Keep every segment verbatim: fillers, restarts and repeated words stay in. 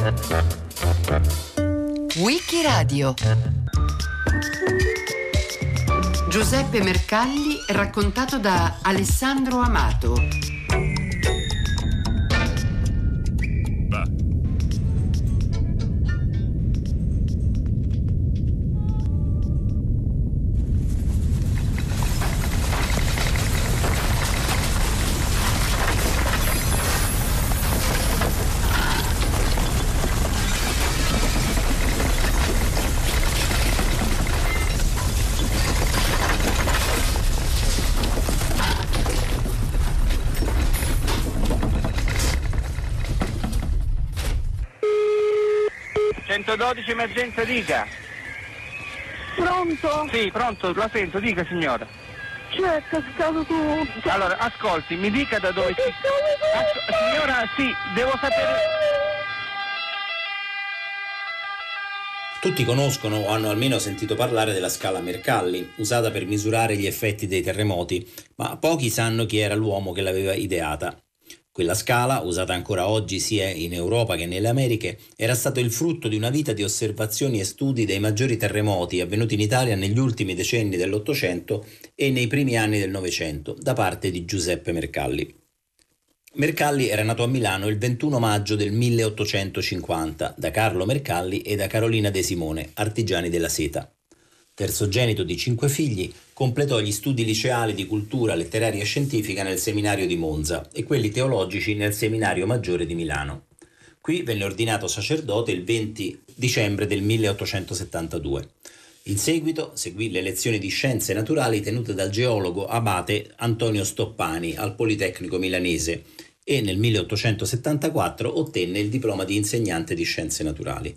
Wikiradio. Giuseppe Mercalli raccontato da Alessandro Amato. centododici emergenza, dica. Pronto? Sì, pronto, la sento, dica signora. Cioè, è cascato tutto. Allora, ascolti, mi dica da dove si... Asco... Signora, sì, devo sapere... Tutti conoscono o hanno almeno sentito parlare della scala Mercalli, usata per misurare gli effetti dei terremoti, ma pochi sanno chi era l'uomo che l'aveva ideata. Quella scala, usata ancora oggi sia in Europa che nelle Americhe, era stato il frutto di una vita di osservazioni e studi dei maggiori terremoti avvenuti in Italia negli ultimi decenni dell'Ottocento e nei primi anni del Novecento, da parte di Giuseppe Mercalli. Mercalli era nato a Milano il ventuno maggio del milleottocentocinquanta da Carlo Mercalli e da Carolina De Simone, artigiani della seta. Terzogenito di cinque figli, completò gli studi liceali di cultura letteraria e scientifica nel seminario di Monza e quelli teologici nel seminario maggiore di Milano. Qui venne ordinato sacerdote il venti dicembre del milleottocentosettantadue. In seguito seguì le lezioni di scienze naturali tenute dal geologo abate Antonio Stoppani al Politecnico milanese e nel milleottocentosettantaquattro ottenne il diploma di insegnante di scienze naturali.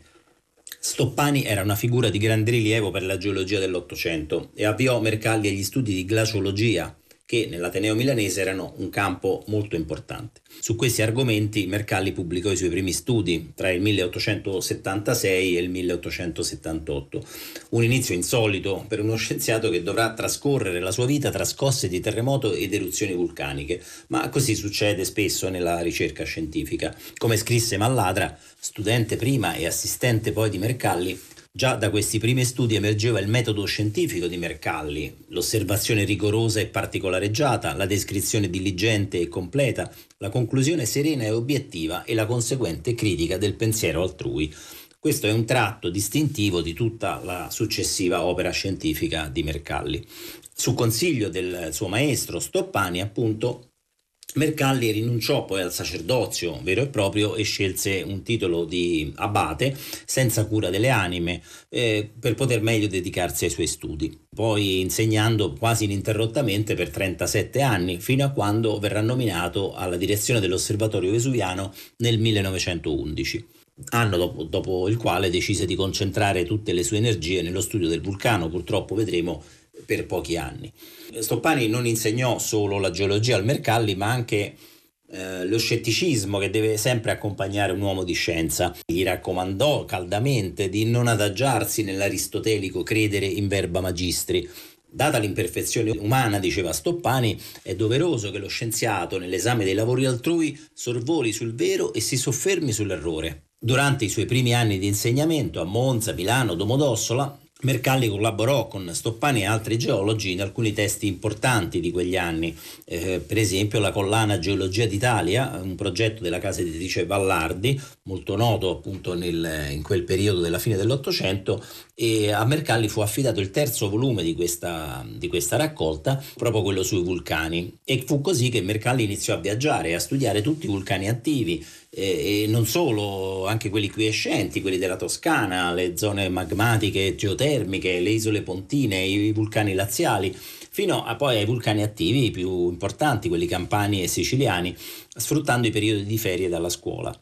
Stoppani era una figura di grande rilievo per la geologia dell'Ottocento e avviò Mercalli agli studi di glaciologia, che nell'Ateneo milanese erano un campo molto importante. Su questi argomenti Mercalli pubblicò i suoi primi studi tra il milleottocentosettantasei e il milleottocentosettantotto, un inizio insolito per uno scienziato che dovrà trascorrere la sua vita tra scosse di terremoto ed eruzioni vulcaniche, ma così succede spesso nella ricerca scientifica. Come scrisse Malladra, studente prima e assistente poi di Mercalli, già da questi primi studi emergeva il metodo scientifico di Mercalli, l'osservazione rigorosa e particolareggiata, la descrizione diligente e completa, la conclusione serena e obiettiva e la conseguente critica del pensiero altrui. Questo è un tratto distintivo di tutta la successiva opera scientifica di Mercalli. Su consiglio del suo maestro Stoppani, appunto, Mercalli rinunciò poi al sacerdozio vero e proprio e scelse un titolo di abate senza cura delle anime eh, per poter meglio dedicarsi ai suoi studi, poi insegnando quasi ininterrottamente per trentasette anni fino a quando verrà nominato alla direzione dell'Osservatorio Vesuviano nel millenovecentoundici, anno dopo, dopo il quale decise di concentrare tutte le sue energie nello studio del vulcano, purtroppo vedremo per pochi anni. Stoppani non insegnò solo la geologia al Mercalli, ma anche eh, lo scetticismo che deve sempre accompagnare un uomo di scienza. Gli raccomandò caldamente di non adagiarsi nell'aristotelico credere in verba magistri. Data l'imperfezione umana, diceva Stoppani, è doveroso che lo scienziato nell'esame dei lavori altrui sorvoli sul vero e si soffermi sull'errore. Durante i suoi primi anni di insegnamento a Monza, Milano, Domodossola, Mercalli collaborò con Stoppani e altri geologi in alcuni testi importanti di quegli anni, eh, per esempio la collana Geologia d'Italia, un progetto della casa editrice Vallardi, molto noto appunto nel, in quel periodo della fine dell'Ottocento, e a Mercalli fu affidato il terzo volume di questa, di questa raccolta, proprio quello sui vulcani, e fu così che Mercalli iniziò a viaggiare e a studiare tutti i vulcani attivi, e non solo, anche quelli quiescenti, quelli della Toscana, le zone magmatiche e geotermiche, le isole pontine, i vulcani laziali, fino a poi ai vulcani attivi più importanti, quelli campani e siciliani, sfruttando i periodi di ferie dalla scuola.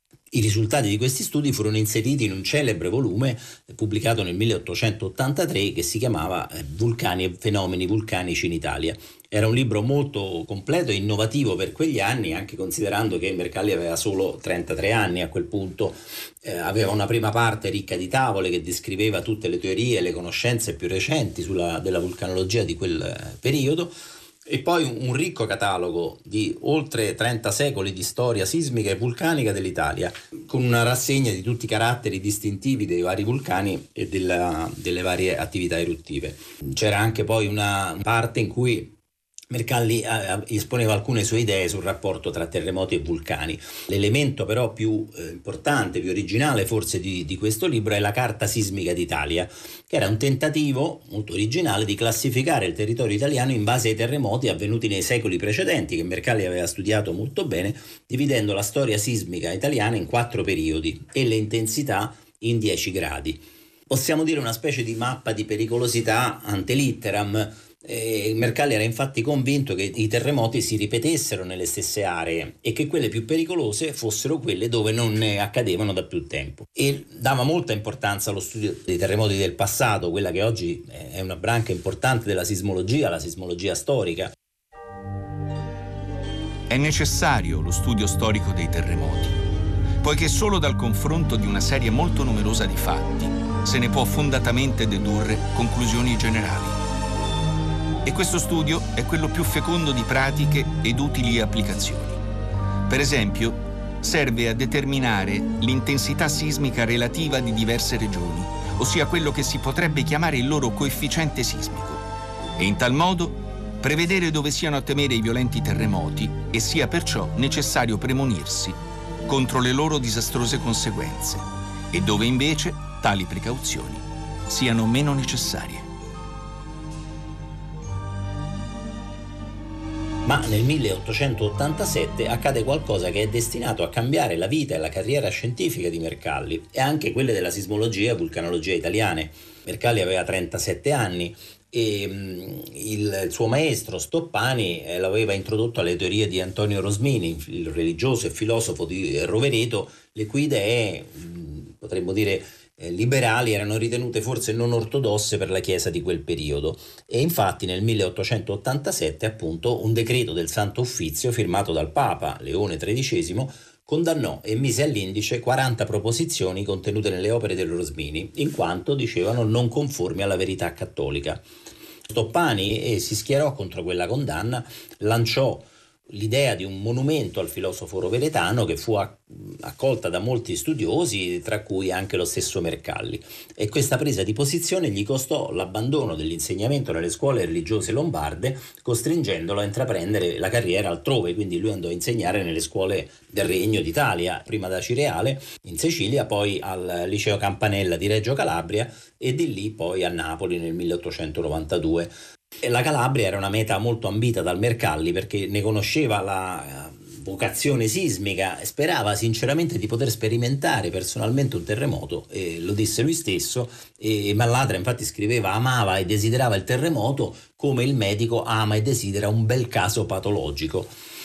I risultati di questi studi furono inseriti in un celebre volume pubblicato nel milleottocentottantatré che si chiamava Vulcani e fenomeni vulcanici in Italia. Era un libro molto completo e innovativo per quegli anni, anche considerando che Mercalli aveva solo trentatré anni a quel punto. Eh, aveva una prima parte ricca di tavole che descriveva tutte le teorie e le conoscenze più recenti sulla, della vulcanologia di quel periodo, E poi un ricco catalogo di oltre trenta secoli di storia sismica e vulcanica dell'Italia, con una rassegna di tutti i caratteri distintivi dei vari vulcani e della, delle varie attività eruttive. C'era anche poi una parte in cui Mercalli esponeva alcune sue idee sul rapporto tra terremoti e vulcani. L'elemento però più eh, importante, più originale forse di, di questo libro è la Carta Sismica d'Italia, che era un tentativo molto originale di classificare il territorio italiano in base ai terremoti avvenuti nei secoli precedenti, che Mercalli aveva studiato molto bene, dividendo la storia sismica italiana in quattro periodi e le intensità in dieci gradi. Possiamo dire una specie di mappa di pericolosità ante litteram. Eh, Mercalli era infatti convinto che i terremoti si ripetessero nelle stesse aree e che quelle più pericolose fossero quelle dove non ne accadevano da più tempo, e dava molta importanza allo studio dei terremoti del passato, quella che oggi è una branca importante della sismologia, la sismologia storica. È necessario lo studio storico dei terremoti, poiché solo dal confronto di una serie molto numerosa di fatti se ne può fondatamente dedurre conclusioni generali. E questo studio è quello più fecondo di pratiche ed utili applicazioni. Per esempio, serve a determinare l'intensità sismica relativa di diverse regioni, ossia quello che si potrebbe chiamare il loro coefficiente sismico, e in tal modo prevedere dove siano a temere i violenti terremoti e sia perciò necessario premunirsi contro le loro disastrose conseguenze, e dove invece tali precauzioni siano meno necessarie. Ma nel milleottocentottantasette accade qualcosa che è destinato a cambiare la vita e la carriera scientifica di Mercalli e anche quelle della sismologia e vulcanologia italiane. Mercalli aveva trentasette anni e mh, il, il suo maestro Stoppani eh, l'aveva introdotto alle teorie di Antonio Rosmini, il religioso e filosofo di Rovereto, le cui idee, mh, potremmo dire, Eh, liberali erano ritenute forse non ortodosse per la Chiesa di quel periodo, e infatti nel milleottocentottantasette appunto un decreto del Santo Uffizio firmato dal Papa Leone tredicesimo condannò e mise all'indice quaranta proposizioni contenute nelle opere del Rosmini, in quanto dicevano non conformi alla verità cattolica. Stoppani eh, si schierò contro quella condanna, lanciò l'idea di un monumento al filosofo roveretano che fu accolta da molti studiosi, tra cui anche lo stesso Mercalli, e questa presa di posizione gli costò l'abbandono dell'insegnamento nelle scuole religiose lombarde, costringendolo a intraprendere la carriera altrove. Quindi lui andò a insegnare nelle scuole del Regno d'Italia, prima da Cireale in Sicilia, poi al Liceo Campanella di Reggio Calabria e di lì poi a Napoli nel milleottocentonovantadue. La Calabria era una meta molto ambita dal Mercalli perché ne conosceva la vocazione sismica e sperava sinceramente di poter sperimentare personalmente un terremoto, e lo disse lui stesso. E Malladra infatti scriveva: amava e desiderava il terremoto come il medico ama e desidera un bel caso patologico.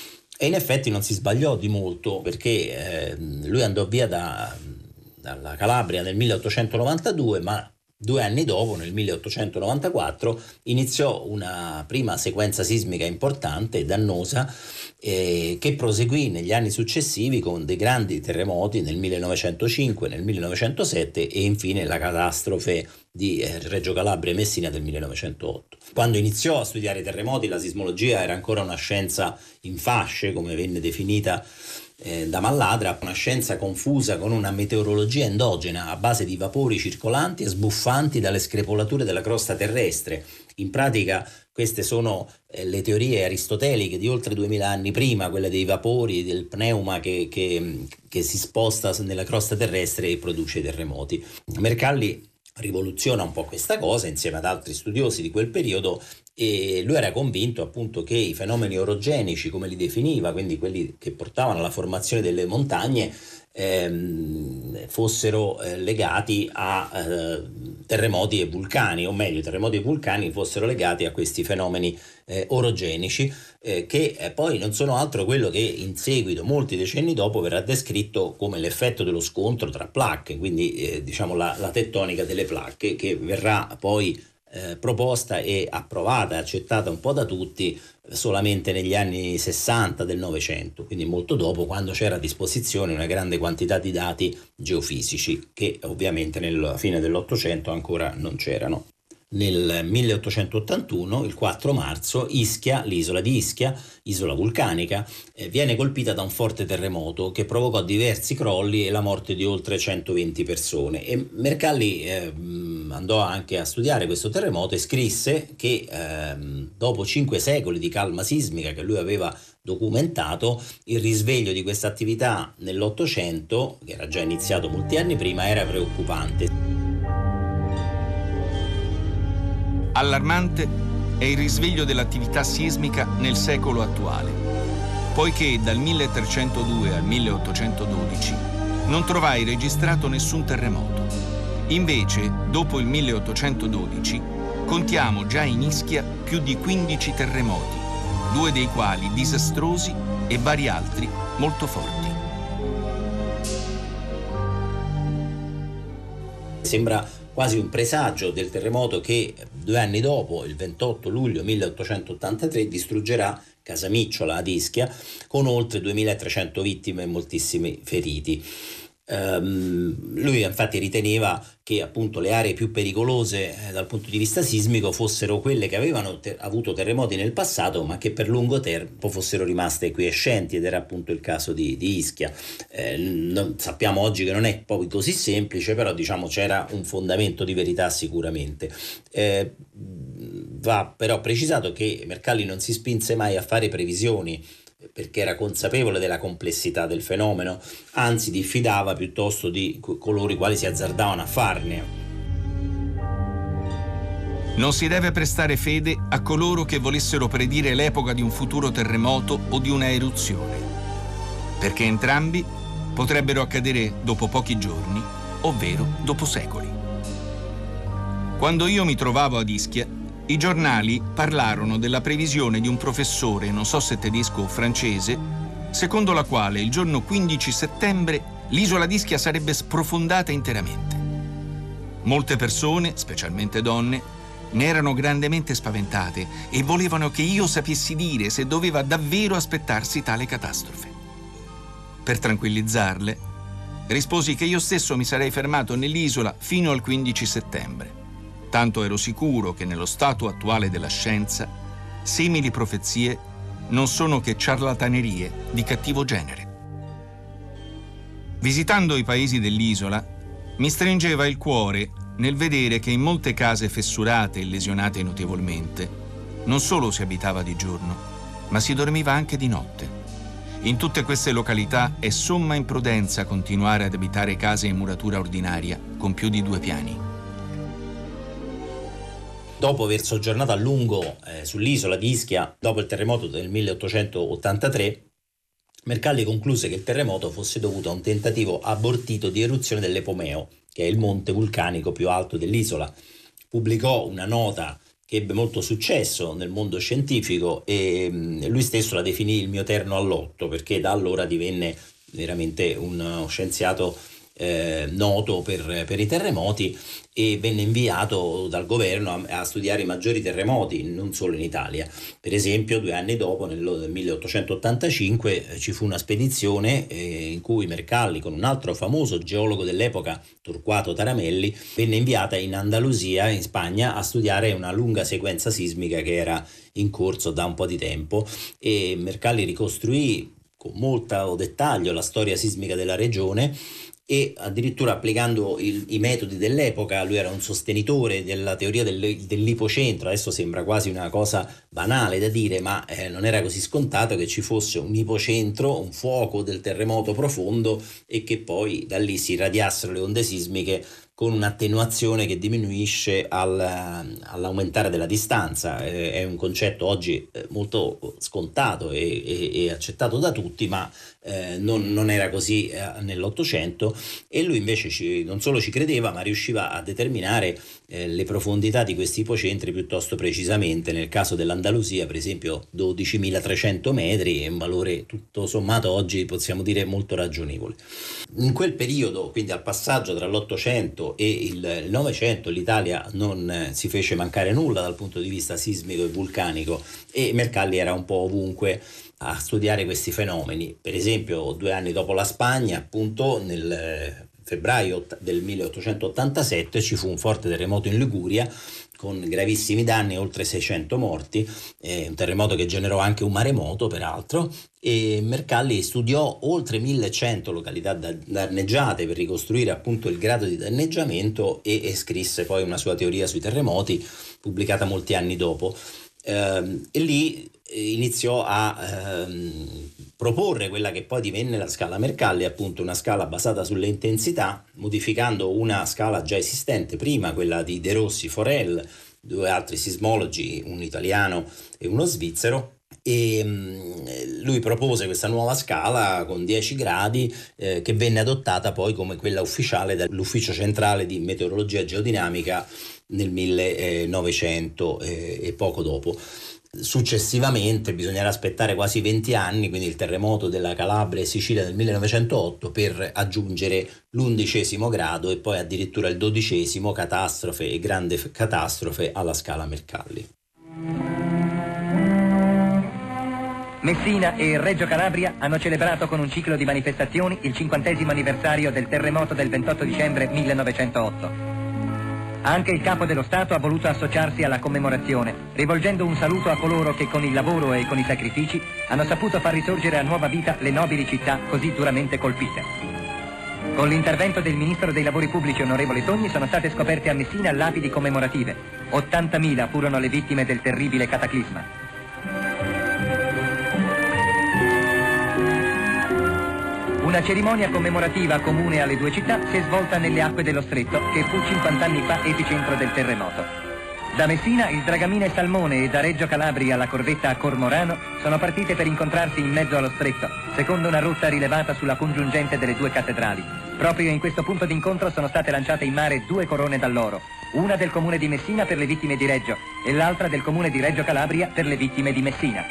E in effetti non si sbagliò di molto, perché eh, lui andò via da, dalla Calabria nel milleottocentonovantadue, ma due anni dopo, nel milleottocentonovantaquattro, iniziò una prima sequenza sismica importante e dannosa eh, che proseguì negli anni successivi con dei grandi terremoti nel millenovecentocinque, nel millenovecentosette e infine la catastrofe di eh, Reggio Calabria e Messina del millenovecentootto. Quando iniziò a studiare i terremoti, la sismologia era ancora una scienza in fasce, come venne definita Eh, da Malladra, una scienza confusa con una meteorologia endogena a base di vapori circolanti e sbuffanti dalle screpolature della crosta terrestre. In pratica queste sono eh, le teorie aristoteliche di oltre duemila anni prima, quelle dei vapori, del pneuma che, che, che si sposta nella crosta terrestre e produce i terremoti. Mercalli rivoluziona un po' questa cosa insieme ad altri studiosi di quel periodo, e lui era convinto appunto che i fenomeni orogenici, come li definiva, quindi quelli che portavano alla formazione delle montagne, ehm, fossero eh, legati a eh, terremoti e vulcani, o meglio i terremoti e i vulcani fossero legati a questi fenomeni eh, orogenici, eh, che eh, poi non sono altro quello che in seguito, molti decenni dopo, verrà descritto come l'effetto dello scontro tra placche, quindi eh, diciamo la, la tettonica delle placche, che verrà poi Eh, proposta e approvata e accettata un po' da tutti solamente negli anni sessanta del Novecento, quindi molto dopo, quando c'era a disposizione una grande quantità di dati geofisici che ovviamente nella fine dell'Ottocento ancora non c'erano. Nel milleottocentottantuno, il quattro marzo, Ischia, l'isola di Ischia, isola vulcanica, eh, viene colpita da un forte terremoto che provocò diversi crolli e la morte di oltre centoventi persone. E Mercalli eh, andò anche a studiare questo terremoto e scrisse che eh, dopo cinque secoli di calma sismica che lui aveva documentato, il risveglio di questa attività nell'Ottocento, che era già iniziato molti anni prima, era preoccupante. Allarmante è il risveglio dell'attività sismica nel secolo attuale, poiché dal milletrecentodue al milleottocentododici non trovai registrato nessun terremoto. Invece, dopo il milleottocentododici, contiamo già in Ischia più di quindici terremoti, due dei quali disastrosi e vari altri molto forti. Sembra quasi un presagio del terremoto che due anni dopo, il ventotto luglio milleottocentottantatré, distruggerà Casamicciola ad Ischia con oltre duemilatrecento vittime e moltissimi feriti. Um, lui infatti riteneva che appunto le aree più pericolose eh, dal punto di vista sismico fossero quelle che avevano ter- avuto terremoti nel passato, ma che per lungo tempo fossero rimaste quiescenti, ed era appunto il caso di, di Ischia. Eh, non, sappiamo oggi che non è poi così semplice, però diciamo c'era un fondamento di verità sicuramente. Eh, va però precisato che Mercalli non si spinse mai a fare previsioni, perché era consapevole della complessità del fenomeno, anzi diffidava piuttosto di coloro i quali si azzardavano a farne. Non si deve prestare fede a coloro che volessero predire l'epoca di un futuro terremoto o di una eruzione, perché entrambi potrebbero accadere dopo pochi giorni, ovvero dopo secoli. Quando io mi trovavo ad Ischia, i giornali parlarono della previsione di un professore, non so se tedesco o francese, secondo la quale il giorno quindici settembre l'isola di Ischia sarebbe sprofondata interamente. Molte persone, specialmente donne, ne erano grandemente spaventate e volevano che io sapessi dire se doveva davvero aspettarsi tale catastrofe. Per tranquillizzarle, risposi che io stesso mi sarei fermato nell'isola fino al quindici settembre. Tanto ero sicuro che nello stato attuale della scienza simili profezie non sono che ciarlatanerie di cattivo genere. Visitando i paesi dell'isola, mi stringeva il cuore nel vedere che in molte case fessurate e lesionate notevolmente non solo si abitava di giorno, ma si dormiva anche di notte. In tutte queste località è somma imprudenza continuare ad abitare case in muratura ordinaria con più di due piani. Dopo aver soggiornato a lungo eh, sull'isola di Ischia, dopo il terremoto del milleottocentottantatré, Mercalli concluse che il terremoto fosse dovuto a un tentativo abortito di eruzione dell'Epomeo, che è il monte vulcanico più alto dell'isola. Pubblicò una nota che ebbe molto successo nel mondo scientifico e mh, lui stesso la definì il mio terno all'otto, perché da allora divenne veramente uno scienziato eh, noto per, per i terremoti, e venne inviato dal governo a, a studiare i maggiori terremoti, non solo in Italia. Per esempio, due anni dopo, nel milleottocentottantacinque, eh, ci fu una spedizione eh, in cui Mercalli, con un altro famoso geologo dell'epoca, Torquato Taramelli, venne inviata in Andalusia, in Spagna, a studiare una lunga sequenza sismica che era in corso da un po' di tempo, e Mercalli ricostruì con molto dettaglio la storia sismica della regione, e addirittura applicando il, i metodi dell'epoca. Lui era un sostenitore della teoria del, dell'ipocentro. Adesso sembra quasi una cosa banale da dire, ma eh, non era così scontato che ci fosse un ipocentro, un fuoco del terremoto profondo, e che poi da lì si irradiassero le onde sismiche con un'attenuazione che diminuisce al, all'aumentare della distanza. Eh, è un concetto oggi molto scontato e, e, e accettato da tutti, ma eh, non, non era così eh, nell'Ottocento, e lui invece ci, non solo ci credeva, ma riusciva a determinare eh, le profondità di questi ipocentri piuttosto precisamente. Nel caso dell'Andalusia, per esempio, dodicimilatrecento metri, è un valore tutto sommato oggi possiamo dire molto ragionevole. In quel periodo, quindi al passaggio tra l'Ottocento e il Novecento, l'Italia non eh, si fece mancare nulla dal punto di vista sismico e vulcanico, e Mercalli era un po' ovunque a studiare questi fenomeni. Per esempio, due anni dopo la Spagna, appunto nel eh, febbraio del milleottocentottantasette, ci fu un forte terremoto in Liguria con gravissimi danni, oltre seicento morti, eh, un terremoto che generò anche un maremoto peraltro, e Mercalli studiò oltre millecento località danneggiate per ricostruire appunto il grado di danneggiamento e, e scrisse poi una sua teoria sui terremoti, pubblicata molti anni dopo. Eh, e lì iniziò a ehm, proporre quella che poi divenne la scala Mercalli, appunto una scala basata sulle intensità, modificando una scala già esistente prima, quella di De Rossi Forel, due altri sismologi, un italiano e uno svizzero, e mh, lui propose questa nuova scala con dieci gradi eh, che venne adottata poi come quella ufficiale dall'Ufficio Centrale di Meteorologia e Geodinamica nel millenovecento eh, e poco dopo. Successivamente bisognerà aspettare quasi venti anni, quindi il terremoto della Calabria e Sicilia del millenovecentootto, per aggiungere l'undicesimo grado e poi addirittura il dodicesimo, catastrofe e grande catastrofe, alla scala Mercalli. Messina e Reggio Calabria hanno celebrato con un ciclo di manifestazioni il cinquantesimo anniversario del terremoto del ventotto dicembre millenovecentootto. Anche il Capo dello Stato ha voluto associarsi alla commemorazione, rivolgendo un saluto a coloro che con il lavoro e con i sacrifici hanno saputo far risorgere a nuova vita le nobili città così duramente colpite. Con l'intervento del Ministro dei Lavori Pubblici, onorevole Togni, sono state scoperte a Messina lapidi commemorative. ottantamila furono le vittime del terribile cataclisma. Una cerimonia commemorativa comune alle due città si è svolta nelle acque dello Stretto, che fu cinquanta anni fa epicentro del terremoto. Da Messina il dragamine Salmone e da Reggio Calabria la corvetta Cormorano sono partite per incontrarsi in mezzo allo Stretto, secondo una rotta rilevata sulla congiungente delle due cattedrali. Proprio in questo punto d'incontro sono state lanciate in mare due corone d'alloro, una del comune di Messina per le vittime di Reggio e l'altra del comune di Reggio Calabria per le vittime di Messina.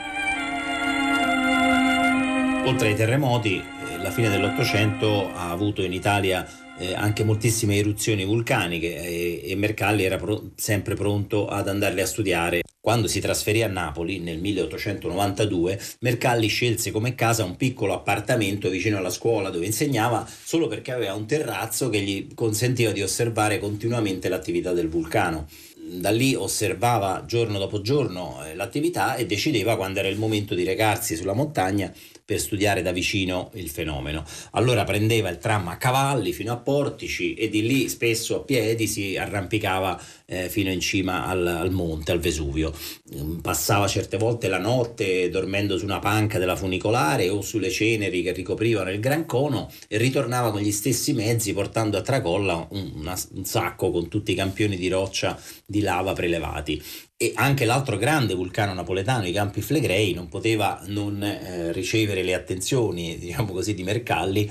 Oltre ai terremoti, la fine dell'Ottocento ha avuto in Italia eh, anche moltissime eruzioni vulcaniche e, e Mercalli era pro- sempre pronto ad andarle a studiare. Quando si trasferì a Napoli nel milleottocentonovantadue, Mercalli scelse come casa un piccolo appartamento vicino alla scuola dove insegnava, solo perché aveva un terrazzo che gli consentiva di osservare continuamente l'attività del vulcano. Da lì osservava giorno dopo giorno eh, l'attività e decideva quando era il momento di recarsi sulla montagna per studiare da vicino il fenomeno. Allora prendeva il tram a cavalli fino a Portici e di lì spesso a piedi si arrampicava eh, fino in cima al, al monte, al Vesuvio. Passava certe volte la notte dormendo su una panca della funicolare o sulle ceneri che ricoprivano il Gran Cono e ritornava con gli stessi mezzi portando a tracolla un, una, un sacco con tutti i campioni di roccia di lava prelevati. E anche l'altro grande vulcano napoletano, i Campi Flegrei, non poteva non eh, ricevere le attenzioni, diciamo così, di Mercalli.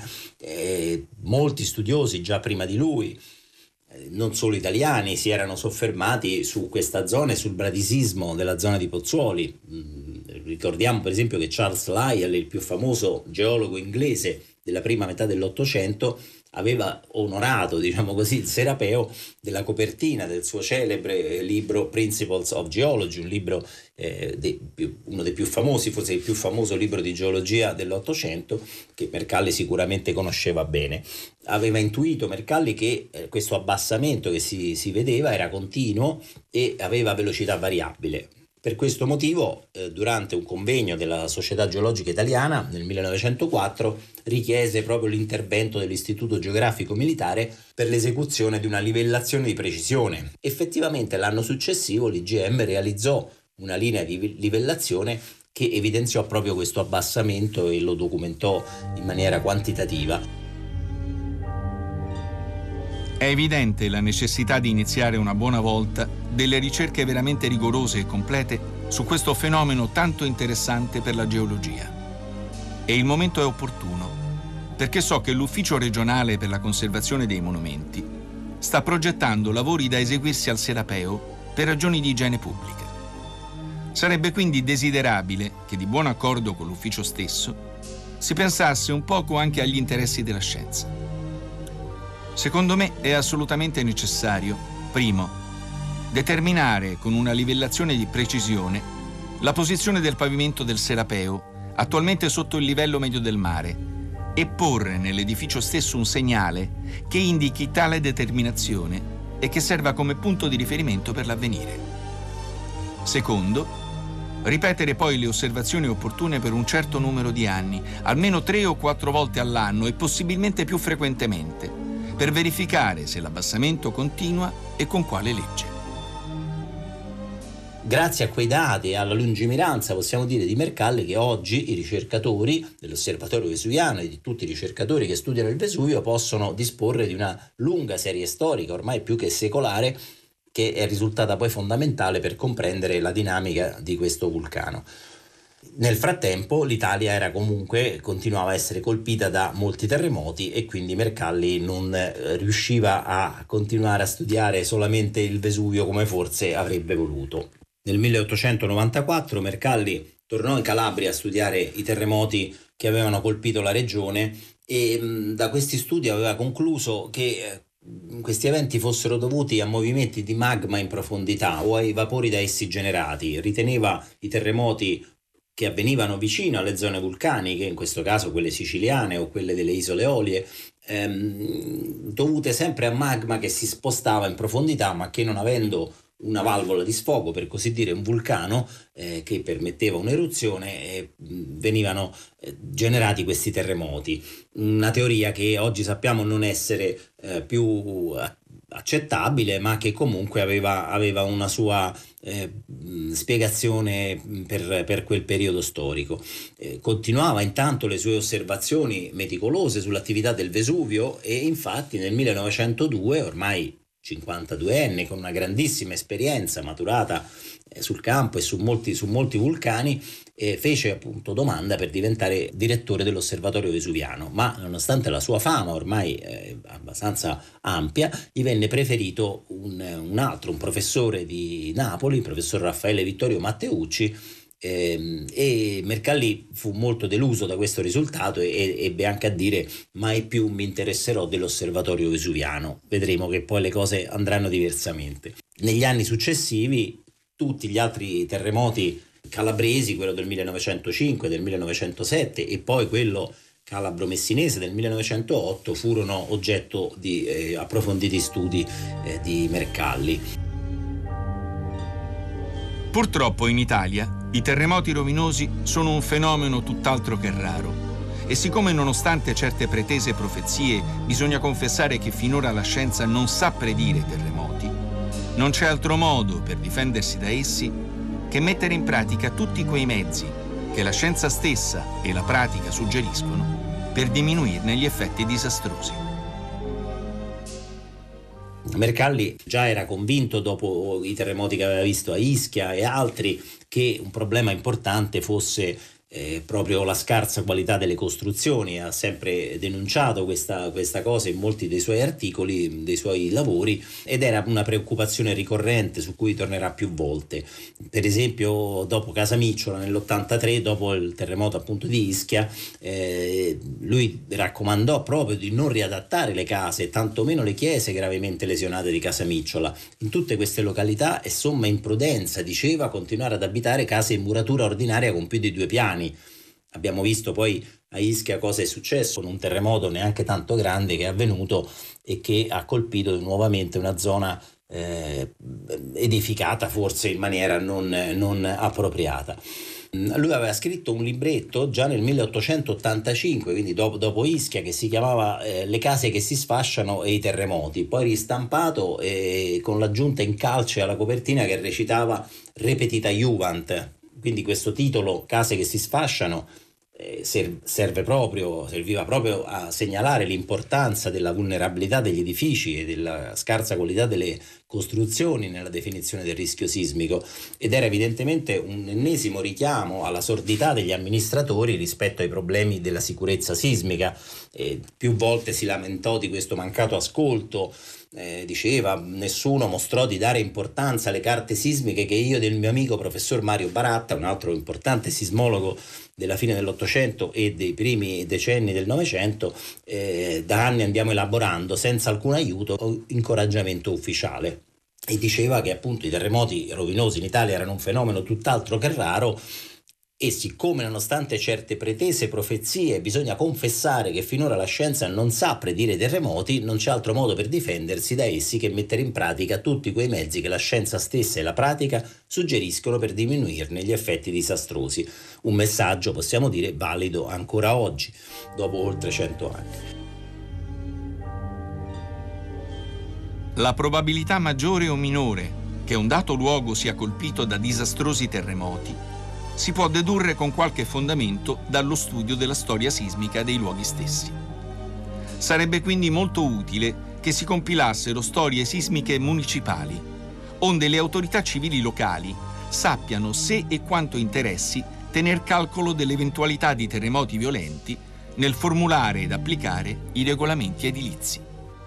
Eh, molti studiosi già prima di lui, eh, non solo italiani, si erano soffermati su questa zona e sul bradisismo della zona di Pozzuoli. Mm, ricordiamo per esempio che Charles Lyell, il più famoso geologo inglese della prima metà dell'Ottocento, aveva onorato, diciamo così, il Serapeo della copertina del suo celebre libro Principles of Geology, un libro eh, de, più, uno dei più famosi, forse il più famoso libro di geologia dell'Ottocento, che Mercalli sicuramente conosceva bene. Aveva intuito Mercalli che eh, questo abbassamento che si, si vedeva era continuo e aveva velocità variabile. Per questo motivo, eh, durante un convegno della Società Geologica Italiana nel millenovecentoquattro, richiese proprio l'intervento dell'Istituto Geografico Militare per l'esecuzione di una livellazione di precisione. Effettivamente l'anno successivo l'I G M realizzò una linea di livellazione che evidenziò proprio questo abbassamento e lo documentò in maniera quantitativa. È evidente la necessità di iniziare una buona volta delle ricerche veramente rigorose e complete su questo fenomeno tanto interessante per la geologia. E il momento è opportuno, perché so che l'Ufficio regionale per la conservazione dei monumenti sta progettando lavori da eseguirsi al Serapeo per ragioni di igiene pubblica. Sarebbe quindi desiderabile che, di buon accordo con l'ufficio stesso, si pensasse un poco anche agli interessi della scienza. Secondo me è assolutamente necessario, primo, determinare con una livellazione di precisione la posizione del pavimento del Serapeo, attualmente sotto il livello medio del mare, e porre nell'edificio stesso un segnale che indichi tale determinazione e che serva come punto di riferimento per l'avvenire. Secondo, ripetere poi le osservazioni opportune per un certo numero di anni, almeno tre o quattro volte all'anno e possibilmente più frequentemente, per verificare se l'abbassamento continua e con quale legge. Grazie a quei dati e alla lungimiranza, possiamo dire, di Mercalli, che oggi i ricercatori dell'Osservatorio Vesuviano e di tutti i ricercatori che studiano il Vesuvio possono disporre di una lunga serie storica, ormai più che secolare, che è risultata poi fondamentale per comprendere la dinamica di questo vulcano. Nel frattempo l'Italia era comunque, continuava a essere colpita da molti terremoti e quindi Mercalli non eh, riusciva a continuare a studiare solamente il Vesuvio come forse avrebbe voluto. Nel milleottocentonovantaquattro Mercalli tornò in Calabria a studiare i terremoti che avevano colpito la regione e mh, da questi studi aveva concluso che eh, questi eventi fossero dovuti a movimenti di magma in profondità o ai vapori da essi generati. Riteneva i terremoti che avvenivano vicino alle zone vulcaniche, in questo caso quelle siciliane o quelle delle isole Eolie, ehm, dovute sempre a magma che si spostava in profondità ma che, non avendo una valvola di sfogo, per così dire un vulcano eh, che permetteva un'eruzione, eh, venivano eh, generati questi terremoti. Una teoria che oggi sappiamo non essere eh, più accettabile, ma che comunque aveva, aveva una sua eh, spiegazione per, per quel periodo storico. Eh, continuava intanto le sue osservazioni meticolose sull'attività del Vesuvio e infatti nel millenovecentodue, ormai cinquantaduenne, con una grandissima esperienza maturata eh, sul campo e su molti, su molti vulcani, eh, fece appunto domanda per diventare direttore dell'Osservatorio Vesuviano, ma nonostante la sua fama ormai eh, abbastanza ampia, gli venne preferito un, un altro, un professore di Napoli, il professor Raffaele Vittorio Matteucci, Eh, e Mercalli fu molto deluso da questo risultato e ebbe anche a dire: mai più mi interesserò dell'Osservatorio Vesuviano. Vedremo che poi le cose andranno diversamente. Negli anni successivi tutti gli altri terremoti calabresi, quello del millenovecentocinque, del millenovecentosette e poi quello calabro-messinese del millenovecentootto, furono oggetto di eh, approfonditi studi eh, di Mercalli. Purtroppo in Italia i terremoti rovinosi sono un fenomeno tutt'altro che raro e siccome nonostante certe pretese profezie bisogna confessare che finora la scienza non sa predire i terremoti, non c'è altro modo per difendersi da essi che mettere in pratica tutti quei mezzi che la scienza stessa e la pratica suggeriscono per diminuirne gli effetti disastrosi. Mercalli già era convinto, dopo i terremoti che aveva visto a Ischia e altri, che un problema importante fosse eh, proprio la scarsa qualità delle costruzioni. Ha sempre denunciato questa, questa cosa in molti dei suoi articoli, dei suoi lavori, ed era una preoccupazione ricorrente su cui tornerà più volte. Per esempio dopo Casamicciola nell'ottantatré, dopo il terremoto appunto di Ischia, eh, lui raccomandò proprio di non riadattare le case, tantomeno le chiese gravemente lesionate di Casamicciola. In tutte queste località è somma imprudenza, diceva, continuare ad abitare case in muratura ordinaria con più di due piani. Abbiamo visto poi a Ischia cosa è successo con un terremoto neanche tanto grande che è avvenuto e che ha colpito nuovamente una zona eh, edificata forse in maniera non, non appropriata. Lui aveva scritto un libretto già nel milleottocentottantacinque, quindi dopo, dopo Ischia, che si chiamava eh, Le case che si sfasciano e i terremoti, poi ristampato eh, con l'aggiunta in calce alla copertina che recitava Repetita Juvant. Quindi questo titolo, Case che si sfasciano, eh, serve proprio, serviva proprio a segnalare l'importanza della vulnerabilità degli edifici e della scarsa qualità delle costruzioni nella definizione del rischio sismico, ed era evidentemente un ennesimo richiamo alla sordità degli amministratori rispetto ai problemi della sicurezza sismica. Eh, più volte si lamentò di questo mancato ascolto. Eh, diceva: nessuno mostrò di dare importanza alle carte sismiche che io e del mio amico professor Mario Baratta, un altro importante sismologo della fine dell'Ottocento e dei primi decenni del Novecento, eh, da anni andiamo elaborando senza alcun aiuto o incoraggiamento ufficiale. E diceva che appunto i terremoti rovinosi in Italia erano un fenomeno tutt'altro che raro E siccome nonostante certe pretese profezie bisogna confessare che finora la scienza non sa predire i terremoti, non c'è altro modo per difendersi da essi che mettere in pratica tutti quei mezzi che la scienza stessa e la pratica suggeriscono per diminuirne gli effetti disastrosi. Un messaggio, possiamo dire, valido ancora oggi, dopo oltre cento anni. La probabilità maggiore o minore che un dato luogo sia colpito da disastrosi terremoti si può dedurre con qualche fondamento dallo studio della storia sismica dei luoghi stessi. Sarebbe quindi molto utile che si compilassero storie sismiche municipali, onde le autorità civili locali sappiano se e quanto interessi tener calcolo dell'eventualità di terremoti violenti nel formulare ed applicare i regolamenti edilizi.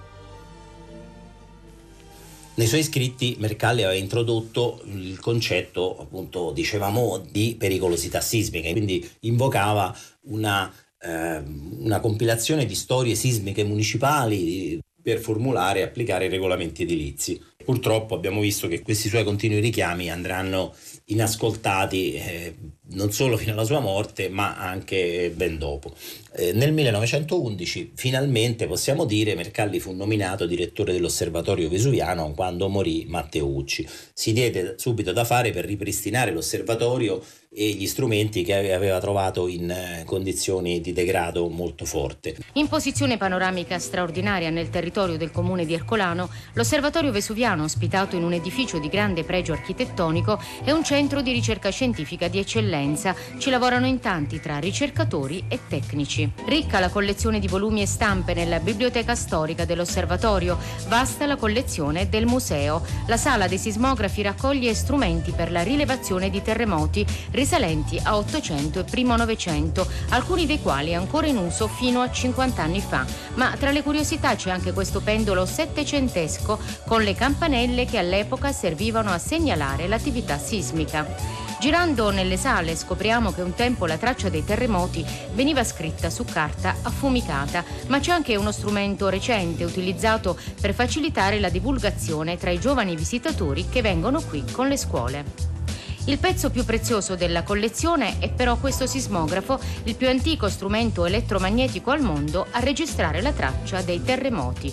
Nei suoi scritti Mercalli aveva introdotto il concetto, appunto, dicevamo, di pericolosità sismica, quindi invocava una, eh, una compilazione di storie sismiche municipali per formulare e applicare i regolamenti edilizi. Purtroppo abbiamo visto che questi suoi continui richiami andranno inascoltati eh, non solo fino alla sua morte, ma anche ben dopo. Eh, nel millenovecentoundici, finalmente, possiamo dire, Mercalli fu nominato direttore dell'Osservatorio Vesuviano quando morì Matteucci. Si diede subito da fare per ripristinare l'osservatorio e gli strumenti che aveva trovato in eh, condizioni di degrado molto forte. In posizione panoramica straordinaria nel territorio del comune di Ercolano, l'Osservatorio Vesuviano, ospitato in un edificio di grande pregio architettonico, è un centro di ricerca scientifica di eccellenza. Ci lavorano in tanti tra ricercatori e tecnici. Ricca la collezione di volumi e stampe nella biblioteca storica dell'osservatorio, vasta la collezione del museo. La sala dei sismografi raccoglie strumenti per la rilevazione di terremoti risalenti a Ottocento e primo Novecento, alcuni dei quali ancora in uso fino a cinquanta anni fa. Ma tra le curiosità c'è anche questo pendolo settecentesco con le campanelle che all'epoca servivano a segnalare l'attività sismica. Girando nelle sale scopriamo che un tempo la traccia dei terremoti veniva scritta su carta affumicata, ma c'è anche uno strumento recente utilizzato per facilitare la divulgazione tra i giovani visitatori che vengono qui con le scuole. Il pezzo più prezioso della collezione è però questo sismografo, il più antico strumento elettromagnetico al mondo a registrare la traccia dei terremoti,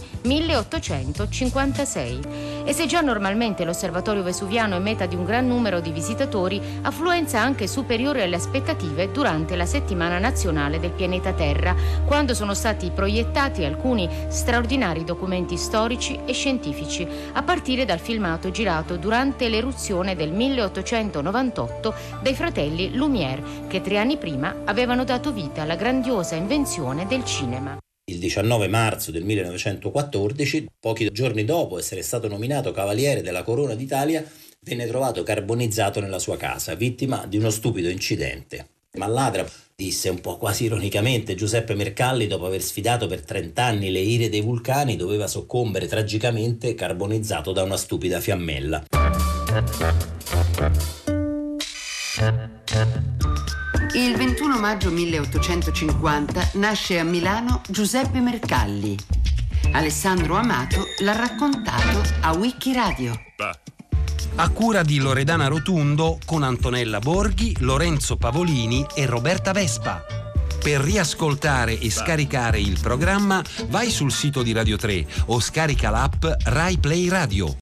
milleottocentocinquantasei. E se già normalmente l'osservatorio vesuviano è meta di un gran numero di visitatori, affluenza anche superiore alle aspettative durante la settimana nazionale del pianeta Terra, quando sono stati proiettati alcuni straordinari documenti storici e scientifici, a partire dal filmato girato durante l'eruzione del milleottocentonovantotto dei fratelli Lumière, che tre anni prima avevano dato vita alla grandiosa invenzione del cinema. Il diciannove marzo del millenovecentoquattordici, pochi giorni dopo essere stato nominato Cavaliere della Corona d'Italia, venne trovato carbonizzato nella sua casa, vittima di uno stupido incidente. Malladra, disse un po' quasi ironicamente Giuseppe Mercalli, dopo aver sfidato per trent'anni le ire dei vulcani, doveva soccombere tragicamente carbonizzato da una stupida fiammella. Il ventuno maggio milleottocentocinquanta nasce a Milano Giuseppe Mercalli. Alessandro Amato l'ha raccontato a Wikiradio. A cura di Loredana Rotundo con Antonella Borghi, Lorenzo Pavolini e Roberta Vespa. Per riascoltare e scaricare il programma vai sul sito di Radio tre o scarica l'app Rai Play Radio.